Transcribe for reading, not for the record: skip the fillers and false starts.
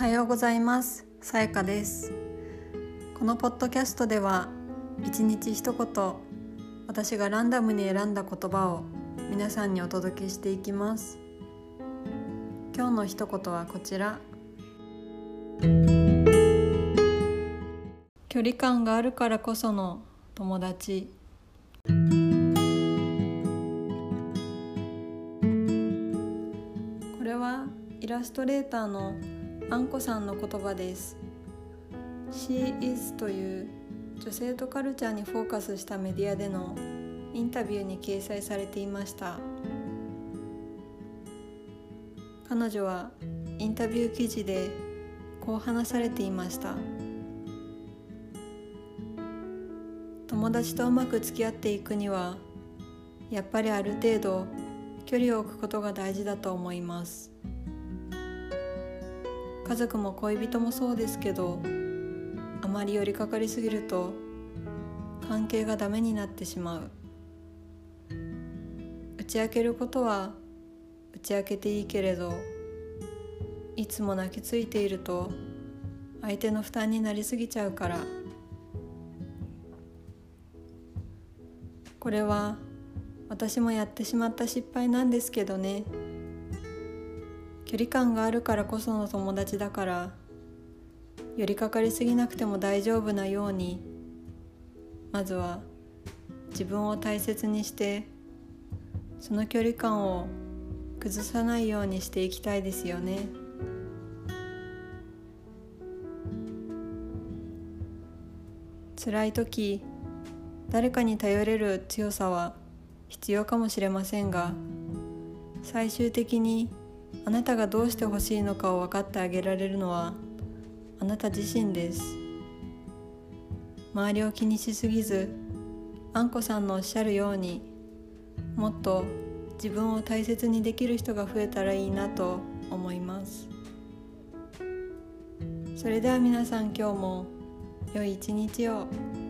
はようございます。さやかです。このポッドキャストでは一日一言、私がランダムに選んだ言葉を皆さんにお届けしていきます。今日の一言はこちら。距離感があるからこその友達。これはイラストレーターのあんこさんの言葉です。 She is という女性とカルチャーにフォーカスしたメディアでのインタビューに掲載されていました。彼女はインタビュー記事でこう話されていました。友達とうまく付き合っていくにはやっぱりある程度距離を置くことが大事だと思います。家族も恋人もそうですけど、あまり寄りかかりすぎると関係がダメになってしまう。打ち明けることは打ち明けていいけれど、いつも泣きついていると相手の負担になりすぎちゃうから。これは私もやってしまった失敗なんですけどね。距離感があるからこその友達だから、寄りかかりすぎなくても大丈夫なように、まずは自分を大切にしてその距離感を崩さないようにしていきたいですよね。辛い時、誰かに頼れる強さは必要かもしれませんが、最終的にあなたがどうしてほしいのかを分かってあげられるのはあなた自身です。周りを気にしすぎず、あんこさんのおっしゃるように、もっと自分を大切にできる人が増えたらいいなと思います。それでは皆さん、今日も良い一日を。